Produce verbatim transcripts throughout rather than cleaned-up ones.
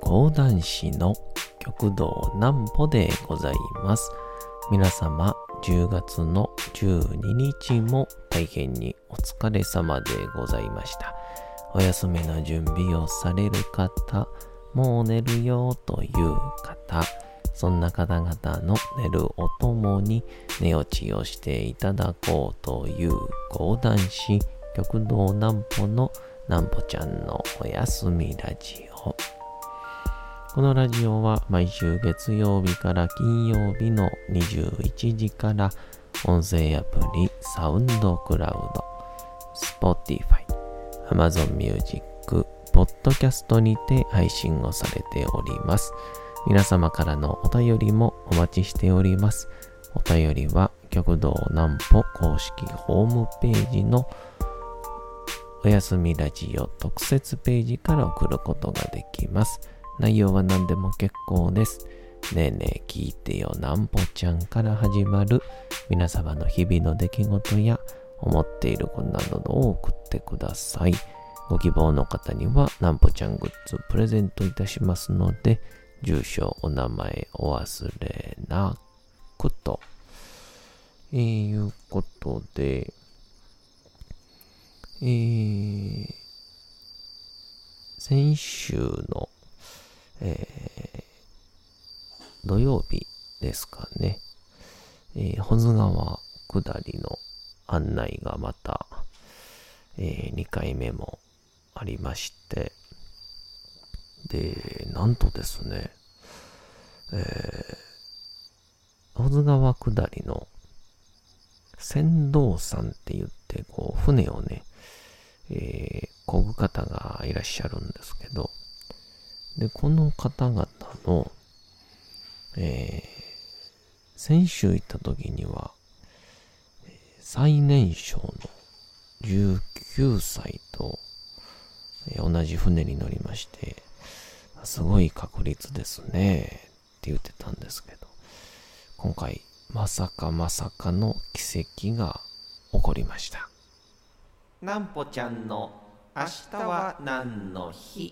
講談師の極道南歩でございます。皆様じゅうがつのじゅうににちも大変にお疲れ様でございました。お休みの準備をされる方、もう寝るよという方、そんな方々の寝るおともに寝落ちをしていただこうという講談師極道南歩の南歩ちゃんのおやすみラジオ。このラジオは毎週月曜日から金曜日のにじゅういちじから音声アプリサウンドクラウド、Spotify、Amazon Music、ポッドキャストにて配信をされております。皆様からのお便りもお待ちしております。お便りは極道南歩公式ホームページのおやすみラジオ特設ページから送ることができます。内容は何でも結構です。ねえねえ聞いてよ南歩ちゃんから始まる皆様の日々の出来事や思っていることなどを送ってください。ご希望の方には南歩ちゃんグッズプレゼントいたしますので、住所お名前お忘れなくと、えー、いうことで、えー、先週の、えー、土曜日ですかね、えー、保津川下りの案内がまた、えー、にかいめもありまして、で、なんとですね、えー、保津川下りの船頭さんって言って、こう、船をね、えー、漕ぐ方がいらっしゃるんですけど、で、この方々の、えー、先週行った時には、最年少のじゅうきゅうさいと、えー、同じ船に乗りまして、すごい確率ですねって言ってたんですけど、今回まさかまさかの奇跡が起こりました。南歩ちゃんの明日は何の日。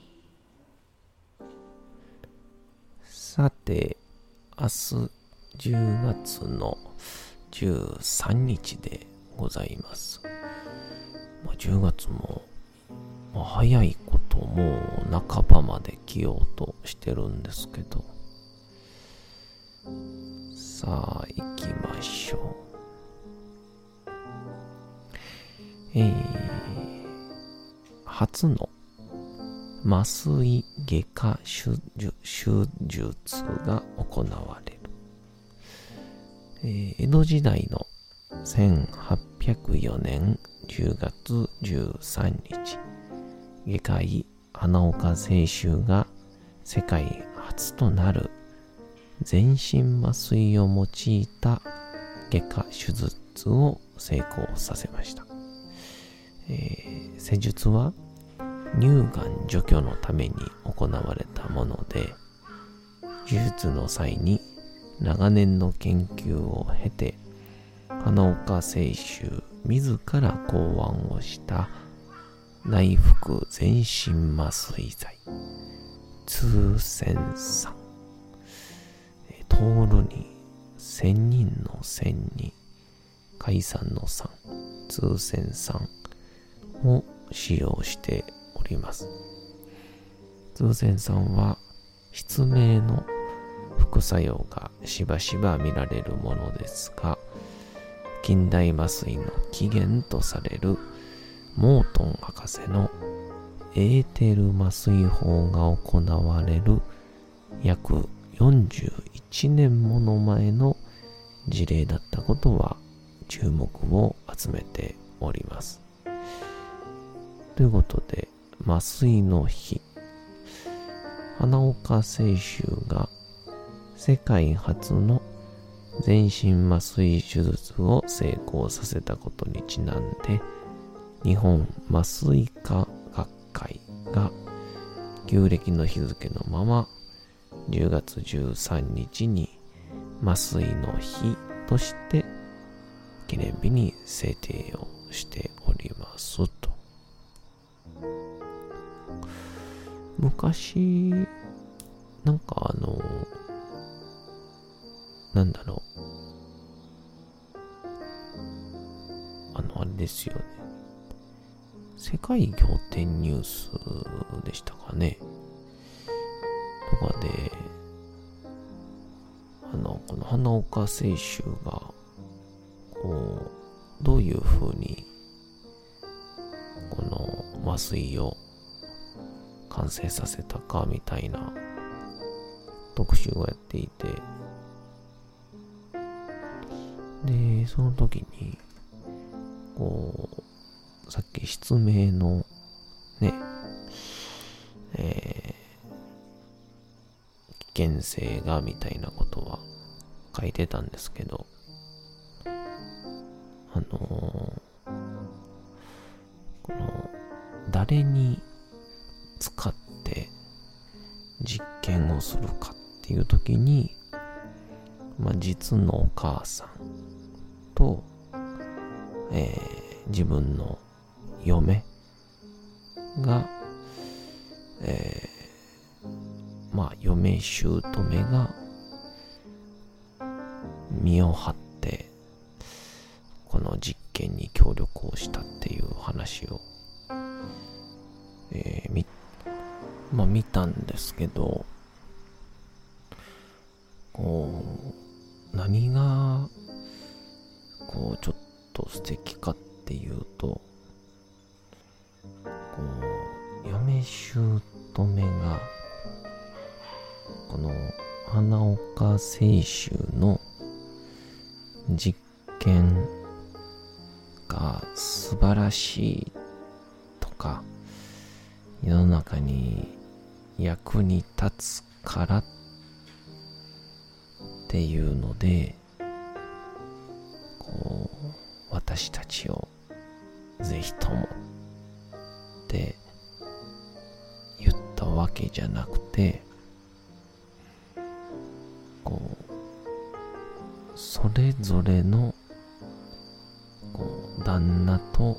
さて、明日じゅうがつのじゅうさんにちでございます。じゅうがつも早いこともう半ばまで来ようとしてるんですけど、さあ行きましょう。えー、初の麻酔外科手術が行われる。えー、江戸時代のせんはっぴゃくよねんじゅうがつじゅうさんにち、外科医花岡清舟が世界初となる全身麻酔を用いた外科手術を成功させました。えー、施術は乳がん除去のために行われたもので、手術の際に長年の研究を経て花岡清舟自ら考案をした内服全身麻酔剤通線酸、通るに千人の千に解散の酸、通線酸を使用しております。通線酸は失明の副作用がしばしば見られるものですが、近代麻酔の起源とされるモートン博士のエーテル麻酔法が行われる約よんじゅういちねんもの前の事例だったことは注目を集めております。ということで、麻酔の日、花岡清舟が世界初の全身麻酔手術を成功させたことにちなんで、日本麻酔科学会が旧暦の日付のままじゅうがつじゅうさんにちに麻酔の日として記念日に制定をしておりますと。昔なんかあのなんだろうあのあれですよね、世界仰天ニュースでしたかねとかで、あのこの花岡清舟がこうどういう風にこの麻酔を完成させたかみたいな特集をやっていて、でその時にこうさっき失明のねえー、危険性がみたいなことは書いてたんですけど、あのー、この誰に使って実験をするかっていう時に、まあ、実のお母さんと、えー、自分の嫁が、えー、まあ嫁姑が身を張ってこの実験に協力をしたっていう話を、えー、みまあ見たんですけど、こう何がこうちょっと素敵かっていうと、こう嫁姑がこの花岡清舟の実験が素晴らしいとか世の中に役に立つからっていうので、こう私たちをぜひともって言ったわけじゃなくて、こうそれぞれのこう旦那と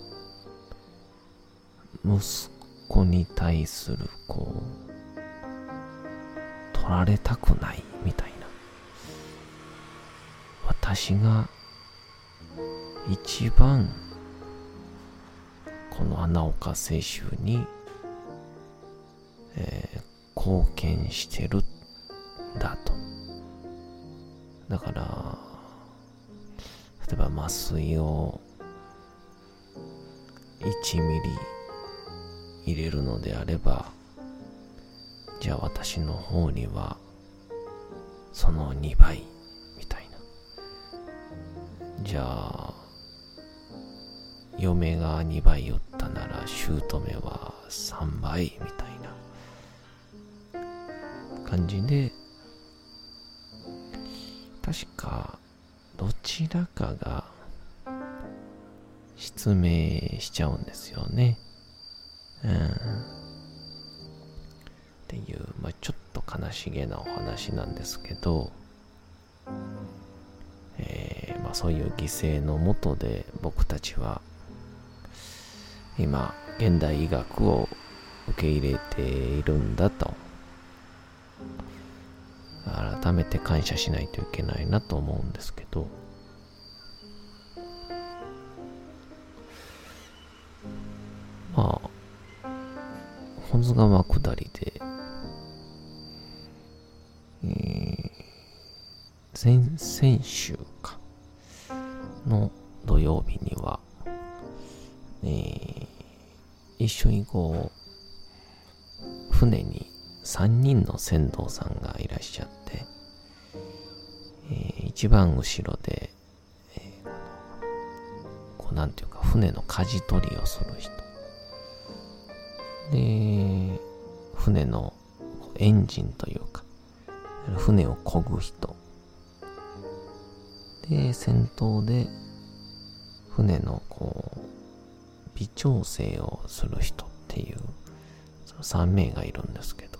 息子に対するこう取られたくないみたいな、私が一番この花岡清舟に、えー、貢献してるんだと。だから例えば麻酔をいちミリ入れるのであれば、じゃあ私の方にはそのにばいみたいな、じゃあ嫁がにばい打ったなら姑はさんばいみたいな感じで、確かどちらかが失明しちゃうんですよね。うん。っていう、まあちょっと悲しげなお話なんですけど、えー、まあそういう犠牲のもとで僕たちは今現代医学を受け入れているんだと、改めて感謝しないといけないなと思うんですけど、まあ本津川下りで、えー、前々週かの土曜日には、えー、一緒にこう船にさんにんの船頭さんがいらっしゃって、えー、一番後ろで、えー、こうなんていうか船の舵取りをする人で、船のエンジンというか船を漕ぐ人で、先頭で船のこう微調整をする人っていうそのさんめいがいるんですけど、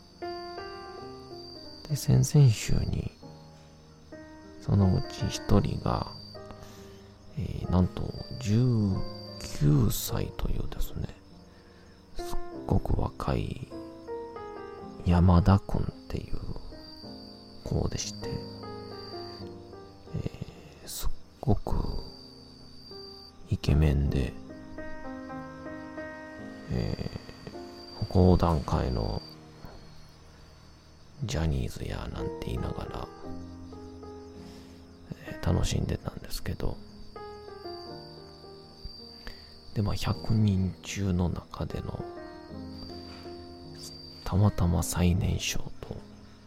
で先々週にそのうちひとりが、えー、なんとじゅうきゅうさいというですね、すっごく若い山田くんっていう子でして、えー、すっごくイケメンで、えー、講談会のジャニーズやなんて言いながら、えー、楽しんでたんですけど、でまあひゃくにん中の中でのたまたま最年少と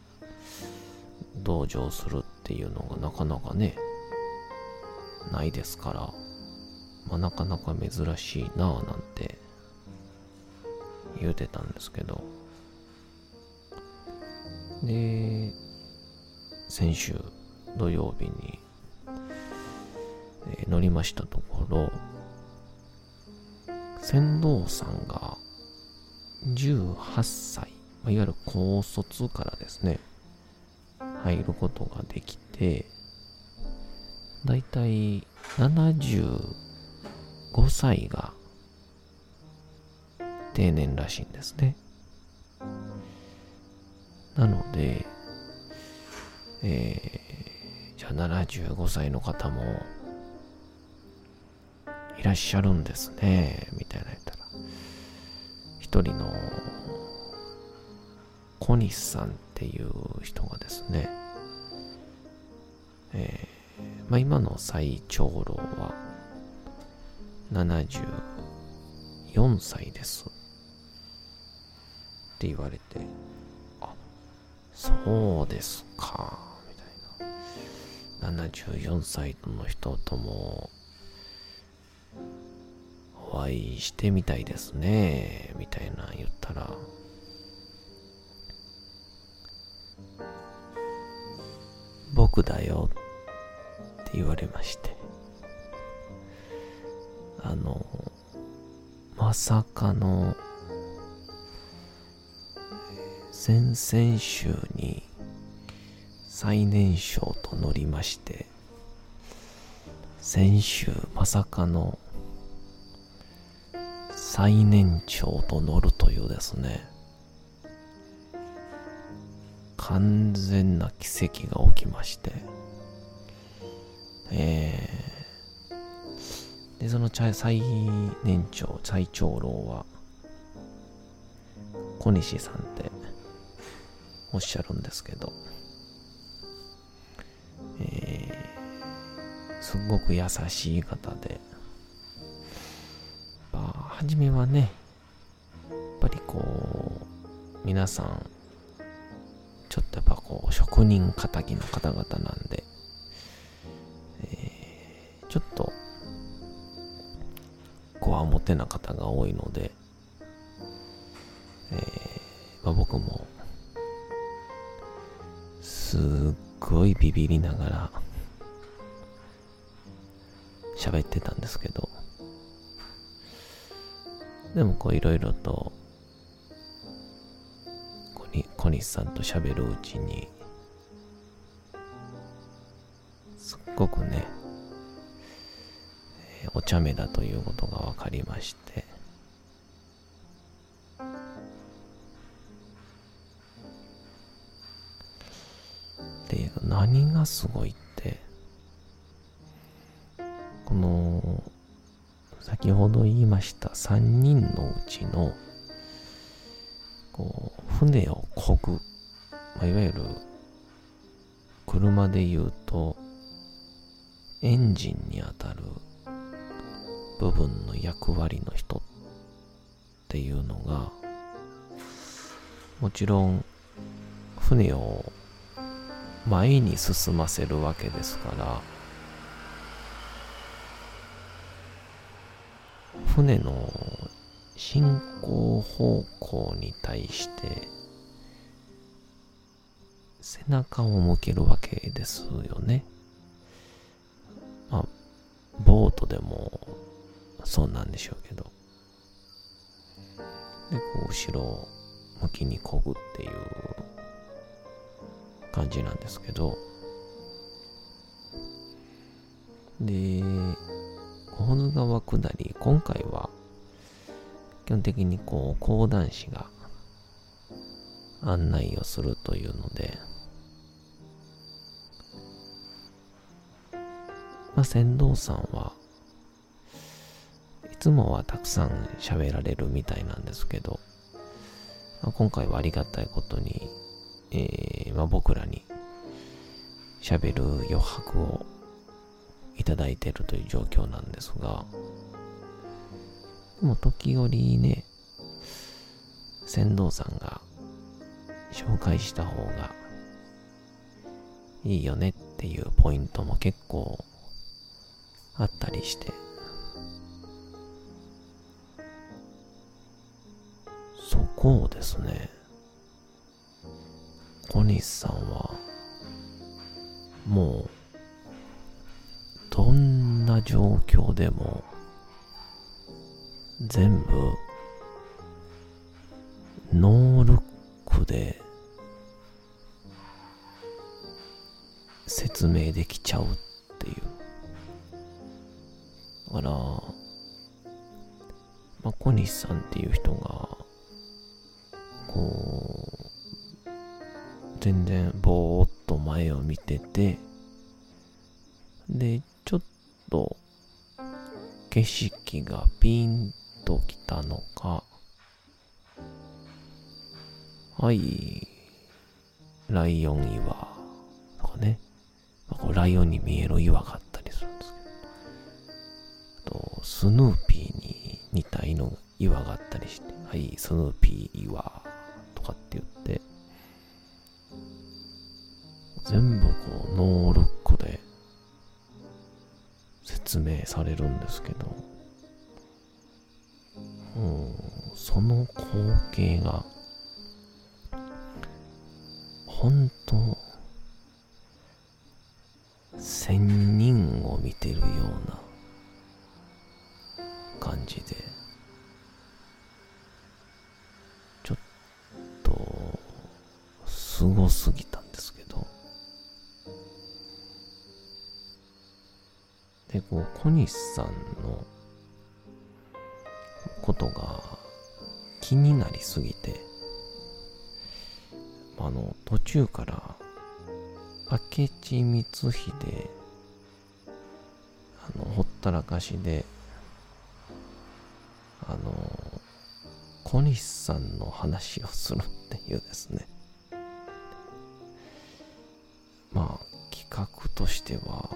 同乗するっていうのがなかなかねないですから、まあなかなか珍しいなぁなんて言うてたんですけど、で先週土曜日に、えー乗りましたところ、船頭さんがじゅうはっさい、いわゆる高卒からですね入ることができて、だいたいななじゅうごさいが定年らしいんですね。なので、えー、じゃあななじゅうごさいの方もいらっしゃるんですねみたいな言ったら、一人の小西さんっていう人がですね、えーまあ、今の最長老はななじゅうよんさいですって言われて、あ、そうですかみたいな、ななじゅうよんさいの人ともお会いしてみたいですねみたいな言ったら、僕だよって言われまして、あのまさかの先々週に最年少と乗りまして、先週まさかの最年長と乗るというですね、完全な奇跡が起きまして、えー、でその最年長最長老は小西さんっておっしゃるんですけど、えー、すごく優しい方で、まあ、初めはねやっぱりこう皆さんちょっとやっぱこう職人仇の方々なんで、えー、ちょっとこわもてな方が多いので、えーまあ、僕もすっごいビビりながら喋ってたんですけど、でもこういろいろと小西さんと喋るうちにすっごくね、えー、お茶目だということが分かりまして、で何がすごいって、この先ほど言いましたさんにんのうちのこう船を漕ぐ、まあ、いわゆる車で言うとエンジンにあたる部分の役割の人っていうのが、もちろん船を前に進ませるわけですから、船の進行方向に対して背中を向けるわけですよね。まあボートでもそうなんでしょうけど、でこう後ろ向きに漕ぐっていう感じなんですけど、で保津川下り、今回は基本的にこう講談師が案内をするというので、まあ、船頭さんはいつもはたくさん喋られるみたいなんですけど、まあ、今回はありがたいことに、えーまあ、僕らに喋る余白をいただいているという状況なんですが、でも時折ね、船頭さんが紹介した方がいいよねっていうポイントも結構あったりして、そこをですね、小西さんはもうどんな状況でも全部ノールックで説明できちゃうっていう。だから、まあ、小西さんっていう人がこう全然ぼーっと前を見てて、でちょっと景色がピンときたのか、はい、ライオン岩とかね、ライオンに見える岩があったりするんですけど、あとスヌーピーに似た犬岩があったりして、はい、スヌーピー岩とかって言って全部こうノールックで説明されるんですけど、うん、その光景が本当仙人を見てるような感じで、ちょっとすごすぎたんですけど、でこう小西さんのことが気になりすぎて、あの途中から明智光秀あのほったらかしであの小西さんの話をするっていうですね、まあ企画としては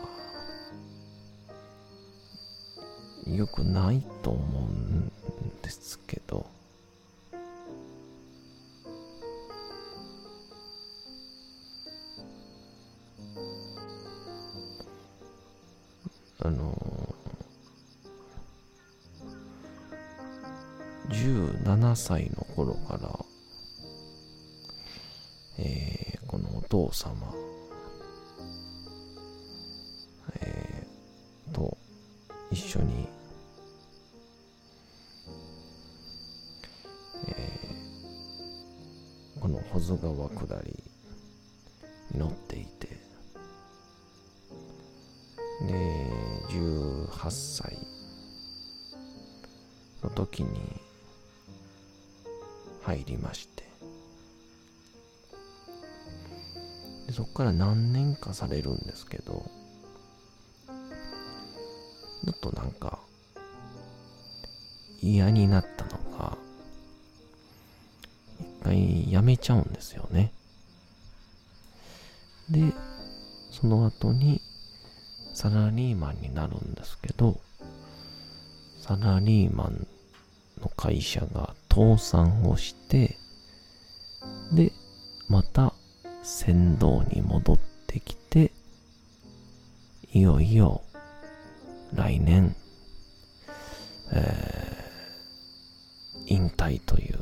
良くないと思うんですけど、あのじゅうななさいの頃から、えー、このお父様、えー、と一緒に、えー、この保津川下りに乗っていて、でじゅうはっさいの時に入りまして、でそこから何年かされるんですけど、ちょっとなんか嫌になったのか一回やめちゃうんですよね。でその後にサラリーマンになるんですけど、サラリーマンの会社が倒産をして、でまた船頭に戻ってきて、いよいよ来年、えー、引退という、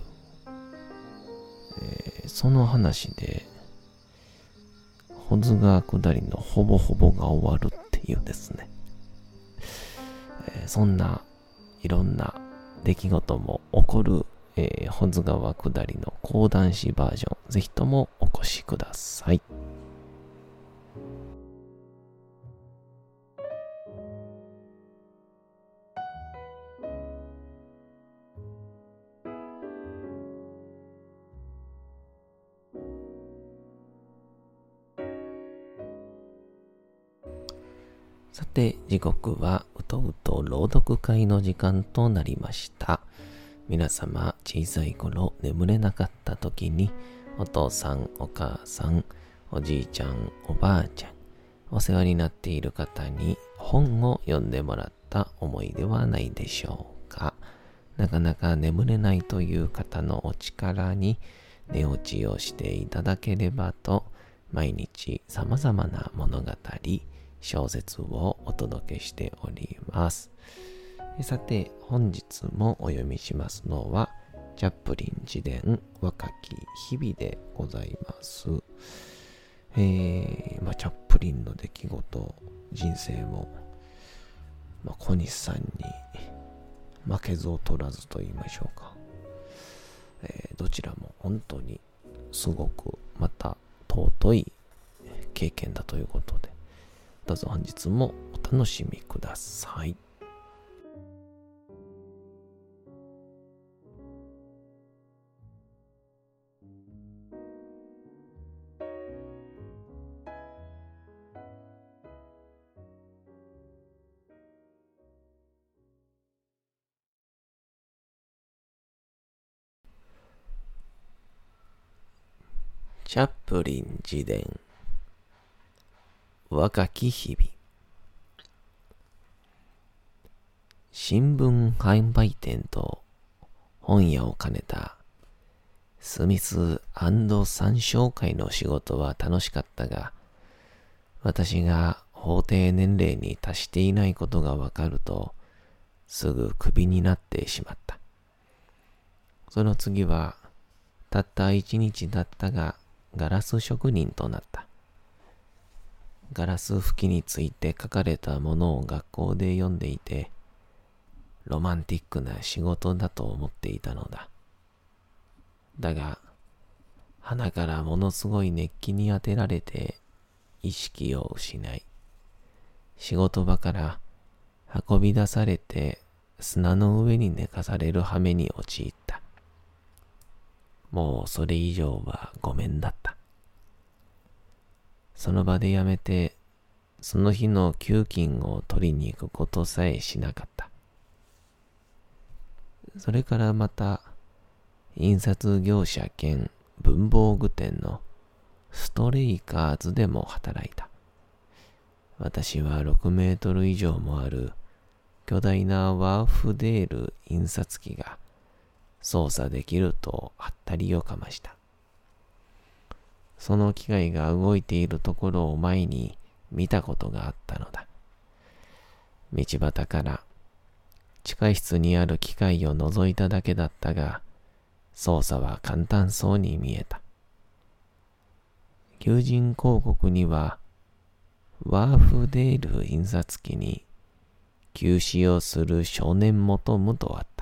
えー、その話で保津川下りのほぼほぼが終わるっていうですね、えー、そんないろんな出来事も起こる、えー、保津川下りの講談師バージョン、ぜひともお越しください。 さて、時刻はうとうと朗読会の時間となりました。皆様、小さい頃眠れなかった時に、お父さん、お母さん、おじいちゃん、おばあちゃん、お世話になっている方に本を読んでもらった思いではないでしょうか。なかなか眠れないという方のお力に寝落ちをしていただければと、毎日様々な物語、小説をお届けしております。さて、本日もお読みしますのは、チャップリン自伝若き日々でございます。えー、まあ、チャップリンの出来事、人生を、まあ、小西さんに負けず劣らずと言いましょうか。えー、どちらも本当にすごくまた尊い経験だということで、どうぞ本日もお楽しみください。チャップリン自伝若き日々。新聞販売店と本屋を兼ねたスミス&サン商会の仕事は楽しかったが、私が法定年齢に達していないことがわかると、すぐクビになってしまった。その次は、たった一日だったが、ガラス職人となった。ガラス吹きについて書かれたものを学校で読んでいて、ロマンティックな仕事だと思っていたのだ。だが、鼻からものすごい熱気に当てられて意識を失い、仕事場から運び出されて砂の上に寝かされる羽目に陥った。もうそれ以上はごめんだった。その場でやめて、その日の給金を取りに行くことさえしなかった。それからまた、印刷業者兼文房具店のストレイカーズでも働いた。私はろくメートル以上もある巨大なワーフデール印刷機が操作できるとはったりをかました。その機械が動いているところを前に見たことがあったのだ。道端から地下室にある機械を覗いただけだったが、操作は簡単そうに見えた。求人広告には、ワーフデール印刷機に休止をする少年求むとあった。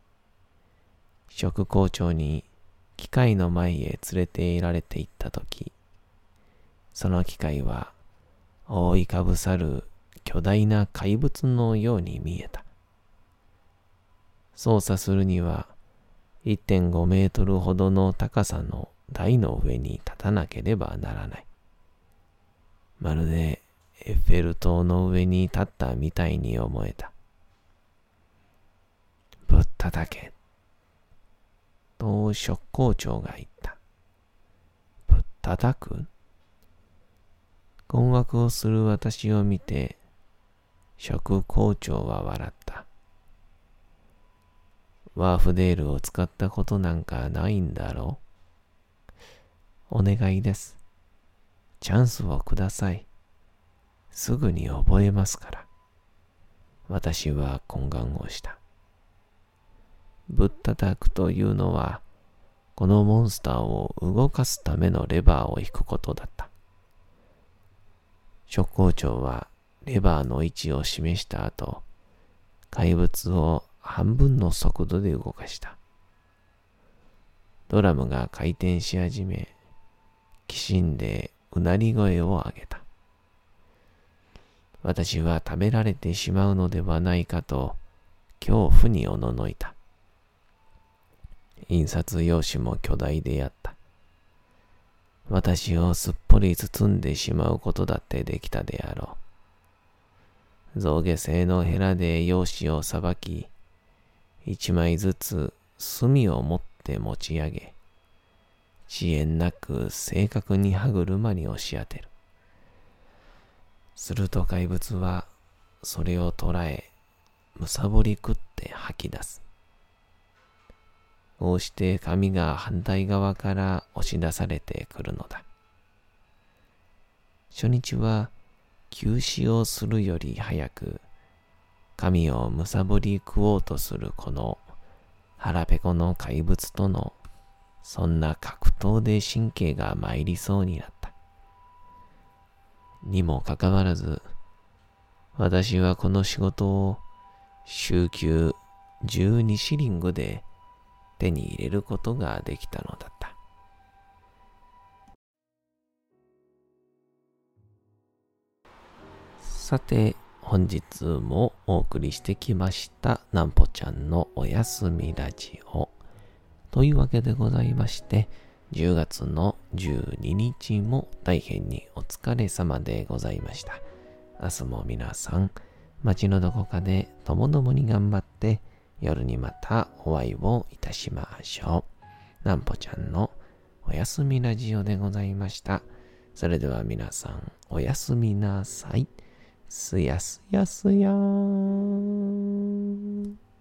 職校長に機械の前へ連れていられて行ったとき、その機械は覆いかぶさる巨大な怪物のように見えた。操作するには いってんごメートルほどの高さの台の上に立たなければならない。まるでエッフェル塔の上に立ったみたいに思えた。ぶったたけ。と職校長が言った。ぶったたく？困惑をする私を見て、職校長は笑った。ワーフデールを使ったことなんかないんだろう？お願いです。チャンスをください。すぐに覚えますから。私は懇願をした。ぶったたくというのは、このモンスターを動かすためのレバーを引くことだった。職校長はレバーの位置を示した後、怪物を半分の速度で動かした。ドラムが回転し始め、きしんでうなり声を上げた。私は食べられてしまうのではないかと恐怖におののいた。印刷用紙も巨大であった。私をすっぽり包んでしまうことだってできたであろ象牙製のヘラで用紙をさばき、一枚ずつ墨を持って持ち上げ、遅延なく正確に歯車に押し当てる。すると怪物はそれを捕らえ、むさぼり食って吐き出す。こうして紙が反対側から押し出されてくるのだ。初日は休止をするより早く、紙をむさぼり食おうとするこの腹ペコの怪物とのそんな格闘で神経が参りそうになった。にもかかわらず、私はこの仕事を週休じゅうにシリングで手に入れることができたのだった。さて、本日もお送りしてきましたなんぽちゃんのおやすみラジオというわけでございまして、じゅうがつのじゅうににちも大変にお疲れ様でございました。明日も皆さん、街のどこかでともどもに頑張って夜にまたお会いをいたしましょう。なんぽちゃんのおやすみラジオでございました。それでは皆さんおやすみなさい。すやすやすやーん。